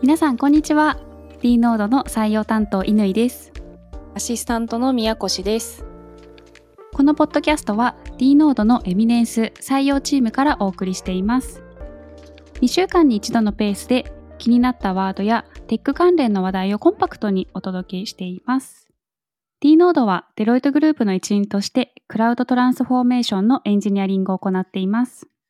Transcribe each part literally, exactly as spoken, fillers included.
皆さんこんにちは。 D ノードの採用担当乾です。 アシスタントの宮越です。 このポッドキャストは D ノードのエミネンス採用チームからお送りしています。にしゅうかんに一度のペースで気になったワードやテック関連の話題をコンパクトにお届けしています。 D ノードはデロイトグループの一員としてクラウドトランスフォーメーションのエンジニアリングを行っています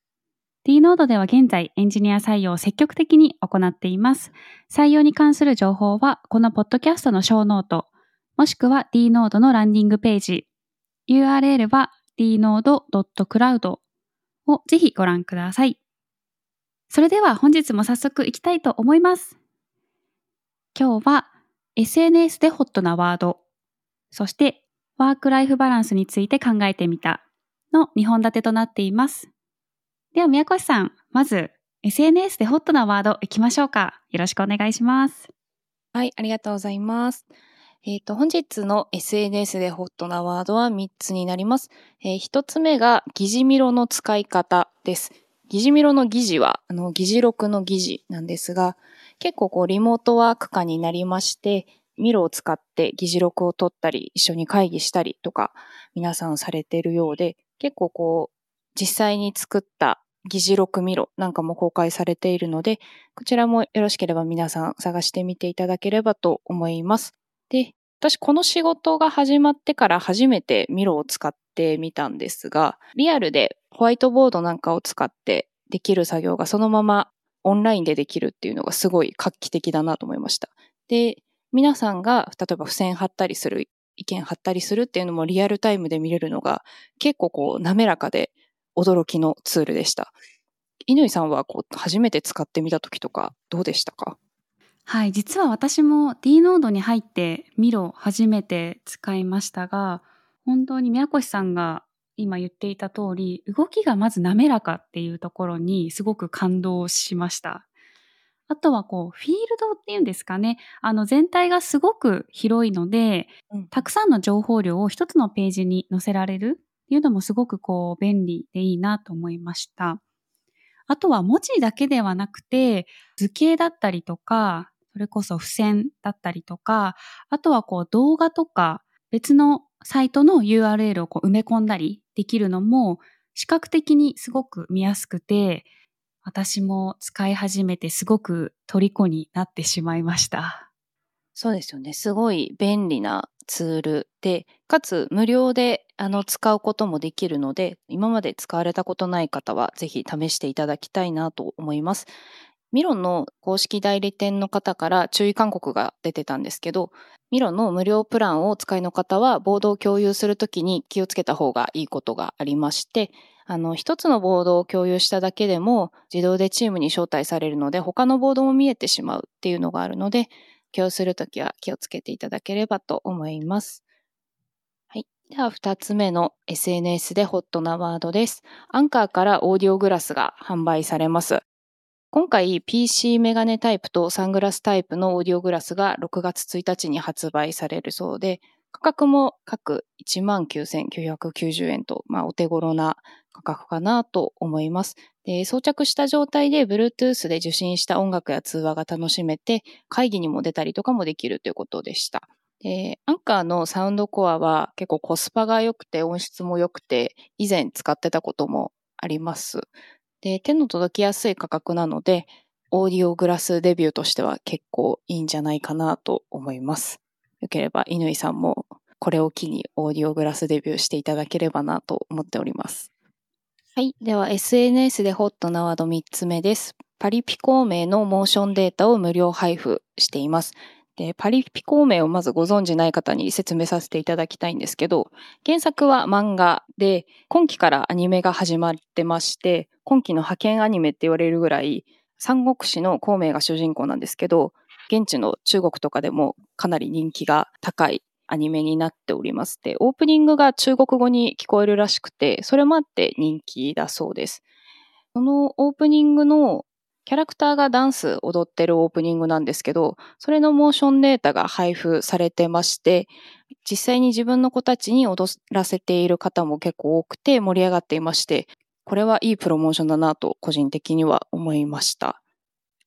。D ノードでは現在エンジニア採用を積極的に行っています。採用に関する情報はこのポッドキャストのショーノート、もしくは D ノードのランディングページ、ユーアールエル は ディーノードドットクラウド をぜひご覧ください。それでは本日も早速いきたいと思います。今日は エスエヌエス でホットなワード、そしてワークライフバランスについて考えてみたのにほん立てとなっています。では宮越さん、まず エスエヌエス でホットなワードいきましょうか。よろしくお願いします。 はい、ありがとうございます。えっと、本日の エスエヌエス でホットなワードはみっつになります。えー、ひとつめが議事ミロの使い方です。議事ミロの議事は、あの、議事録の議事なんですが、結構こう、リモートワーク化になりまして、ミロを使って議事録を取ったり、一緒に会議したりとか、皆さんされているようで、結構こう、実際に作った議事録ミロなんかも公開されているので、こちらもよろしければ皆さん探してみていただければと思います。で、私この仕事が始まってから初めてミロを使ってみたんですが、リアルでホワイトボードなんかを使ってできる作業がそのままオンラインでできるっていうのがすごい画期的だなと思いました。で、皆さんが例えば付箋貼ったりする、意見貼ったりするっていうのもリアルタイムで見れるのが結構こう滑らかで驚きのツールでした。乾さんはこう初めて使ってみた時とかどうでしたか？ はい、実は私も D ノードに入ってミロ初めて使いましたが、本当に宮越さんが今言っていた通り、動きがまず滑らかっていうところにすごく感動しました。あとはこうフィールドっていうんですかね、あの全体がすごく広いので、 うん、 たくさんの情報量を一つのページに載せられるっていうのもすごくこう便利でいいなと思いました。あとは文字だけではなくて図形だったりとか、それこそ付箋だったりとか、あとはこう動画とか別のサイトの ユーアールエル をこう埋め込んだりできるのも視覚的にすごく見やすくて、私も使い始めてすごく虜になってしまいました。 そうですよね。すごい便利なツールで、かつ無料であの使うこともできるので、今まで使われたことない方はぜひ試していただきたいなと思います。ミロの公式代理店の方から注意勧告が出てたんですけど、ミロの無料プランをお使いの方はボードを共有するときに気をつけた方がいいことがありまして、あの、一つのボードを共有しただけでも自動でチームに招待されるので、他のボードも見えてしまうっていうのがあるので、共有するときは気をつけていただければと思います。はい。では二つ目の エスエヌエス でホットなワードです。アンカーからオーディオグラスが販売されます。今回 ピーシー メガネタイプとサングラスタイプのオーディオグラスがろくがつついたちに発売されるそうで、価格も各 いちまんきゅうせんきゅうひゃくきゅうじゅうえんと、まあ、お手頃な価格かなと思います。で、装着した状態で Bluetooth で受信した音楽や通話が楽しめて、会議にも出たりとかもできるということでした。で、アンカーのサウンドコアは結構コスパが良くて音質も良くて、以前使ってたこともあります。で、手の届きやすい価格なので、オーディオグラスデビューとしては結構いいんじゃないかなと思います。よければ乾さんもこれを機にオーディオグラスデビューしていただければなと思っております。はい。では エスエヌエス でホットなワードみっつめです。パリピ孔明のモーションデータを無料配布しています。で、パリピ孔明をまずご存知ない方に説明させていただきたいんですけど、原作は漫画で、今期からアニメが始まってまして、今期の派遣アニメって言われるぐらい、三国志の孔明が主人公なんですけど、現地の中国とかでもかなり人気が高いアニメになっております。で、オープニングが中国語に聞こえるらしくて、それもあって人気だそうです。そのオープニングのキャラクターがダンス踊ってるオープニングなんですけど、それのモーションデータが配布されてまして、実際に自分の子たちに踊らせている方も結構多くて盛り上がっていまして、これはいいプロモーションだなと個人的には思いました。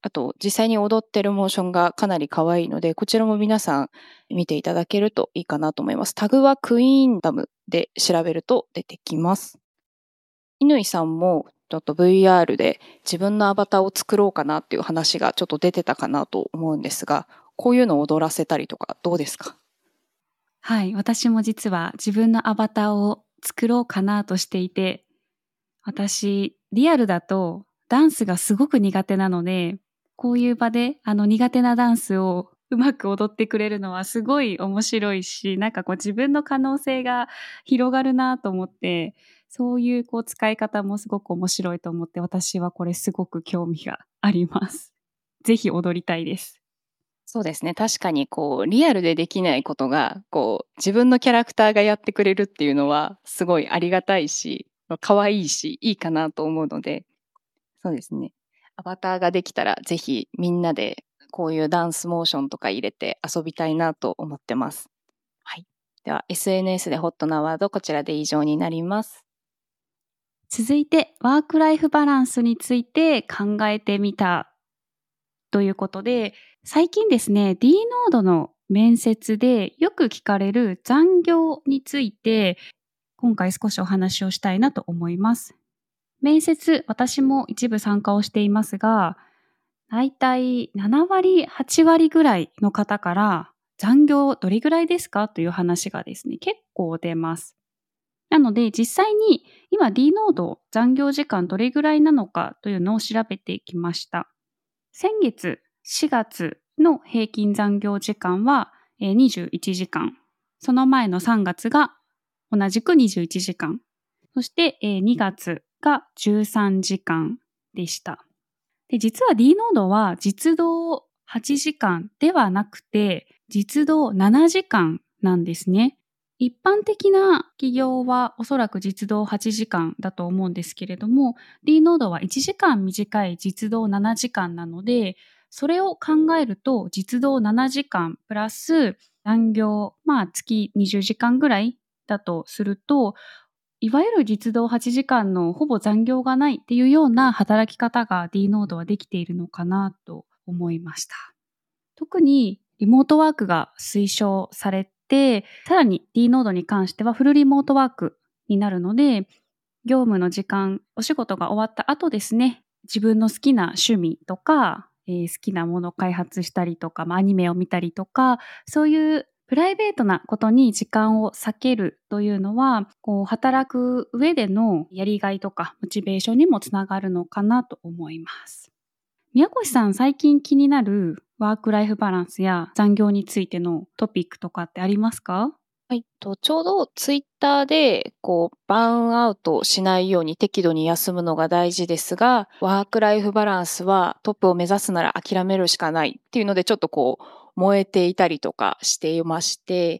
あと実際に踊ってるモーションがかなり可愛いので、こちらも皆さん見ていただけるといいかなと思います。タグはクイーンダムで調べると出てきます。乾さんもちょっと ブイアール で自分のアバターを作ろうかなっていう話がちょっと出てたかなと思うんですが、こういうのを踊らせたりとかどうですか？ はい、私も実は自分のアバターを作ろうかなとしていて、私、リアルだとダンスがすごく苦手なので、こういう場であの苦手なダンスをうまく踊ってくれるのはすごい面白いし、なんかこう自分の可能性が広がるなと思って、そういうこう使い方もすごく面白いと思って、私はこれすごく興味があります。ぜひ踊りたいです。 そうですね。確かにこうリアルでできないことがこう自分のキャラクターがやってくれるっていうのはすごいありがたいし、可愛いしいいかなと思うので、そうですね。アバターができたらぜひみんなでこういうダンスモーションとか入れて遊びたいなと思ってます。はい。では エスエヌエス でホットなワードこちらで以上になります。 続いてワークライフバランスについて考えてみたということで、最近ですね、D ノードの面接でよく聞かれる残業について、今回少しお話をしたいなと思います。面接、私も一部参加をしていますが、だいたいななわり、はちわりぐらいの方から残業どれぐらいですかという話がですね、結構出ます。なので実際に今 D ノード残業時間どれぐらいなのかというのを調べてきました。先月しがつの平均残業時間はにじゅういちじかん。その前のさんがつが同じくにじゅういちじかん。そしてにがつがじゅうさんじかんでした。で、実は D ノードは実働はちじかんではなくて実働ななじかんなんですね。一般的な企業はおそらく実働はちじかんだと思うんですけれども、D ノードはいちじかん短い実働ななじかんなので、それを考えると実働ななじかんプラス残業、まあ月にじゅうじかんぐらいだとすると、いわゆる実働はちじかんのほぼ残業がないっていうような働き方が D ノードはできているのかなと思いました。特にリモートワークが推奨されて、さらに D ノードに関してはフルリモートワークになるので、業務の時間、お仕事が終わった後ですね、自分の好きな趣味とか、えー好きなものを開発したりとか、まあアニメを見たりとか、そういうプライベートなことに時間を割けるというのは、こう働く上でのやりがいとかモチベーションにもつながるのかなと思います。宮越さん、最近気になるワークライフバランスや残業についてのトピックとかってありますか？ はい。とちょうどツイッターで、こう、バーンアウトしないように適度に休むのが大事ですが、ワークライフバランスはトップを目指すなら諦めるしかないっていうので、ちょっとこう、燃えていたりとかしていまして、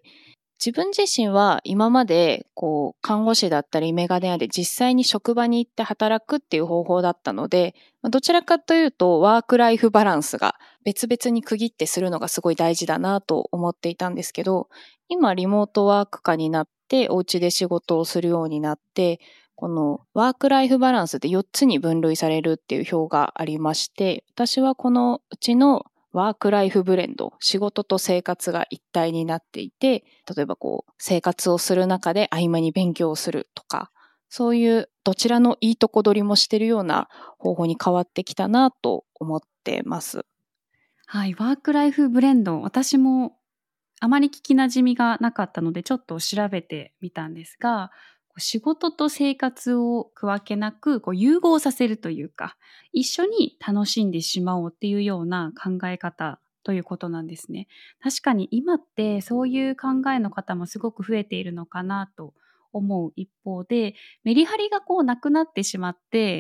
自分自身は今まで、こう、看護師だったりメガネ屋で実際に職場に行って働くっていう方法だったので、どちらかというと、ワークライフバランスが別々に区切ってするのがすごい大事だなと思っていたんですけど、今リモートワーク化になってお家で仕事をするようになって、このワークライフバランスでよっつに分類されるっていう表がありまして、私はこのうちのワークライフブレンド、仕事と生活が一体になっていて、例えばこう、生活をする中で合間に勉強をするとか、そういうどちらのいいとこ取りもしてるような方法に変わってきたなと思ってます。 はい、ワークライフブレンド、私もあまり聞きなじみがなかったので、ちょっと調べてみたんですが、こう仕事と生活を区分けなく、こう融合させるというか、一緒に楽しんでしまおうっていうような考え方ということなんですね。確かに今ってそういう考えの方もすごく増えているのかなと思う一方で、メリハリがこうなくなってしまって、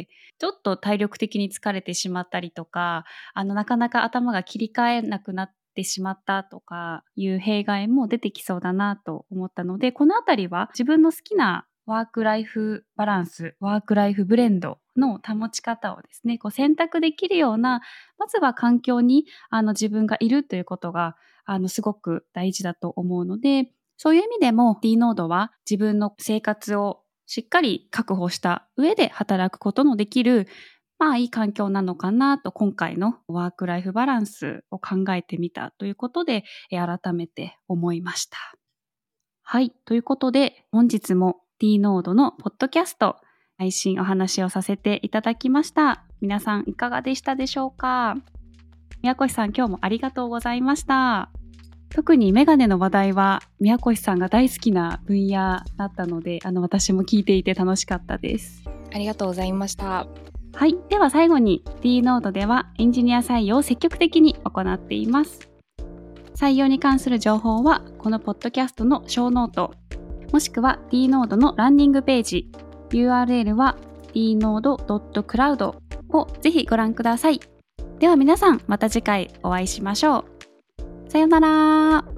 ちょっと体力的に疲れてしまったりとか、あのなかなか頭が切り替えなくなってしまったとかいう弊害も出てきそうだなと思ったので、このあたりは自分の好きなワークライフバランス、ワークライフブレンドの保ち方をですね、こう選択できるような、まずは環境にあの自分がいるということがあのすごく大事だと思うので、そういう意味でも D ノードは自分の生活をしっかり確保した上で働くことのできる、 まあいい環境なのかなと今回のワークライフバランスを考えてみたということで、改めて思いました。はい。ということで本日も D ノードのポッドキャスト配信お話をさせていただきました。皆さんいかがでしたでしょうか？宮越さん、今日もありがとうございました。特にメガネの話題は宮越さんが大好きな分野だったので、あの私も聞いていて楽しかったです。 ありがとうございました。 はい。では最後に D ノードではエンジニア採用を積極的に行っています。採用に関する情報はこのポッドキャストのショーノート、もしくは D ノードのランディングページ、ユーアールエル は ディーノードドットクラウド をぜひご覧ください。では皆さん、また次回お会いしましょう。さようなら。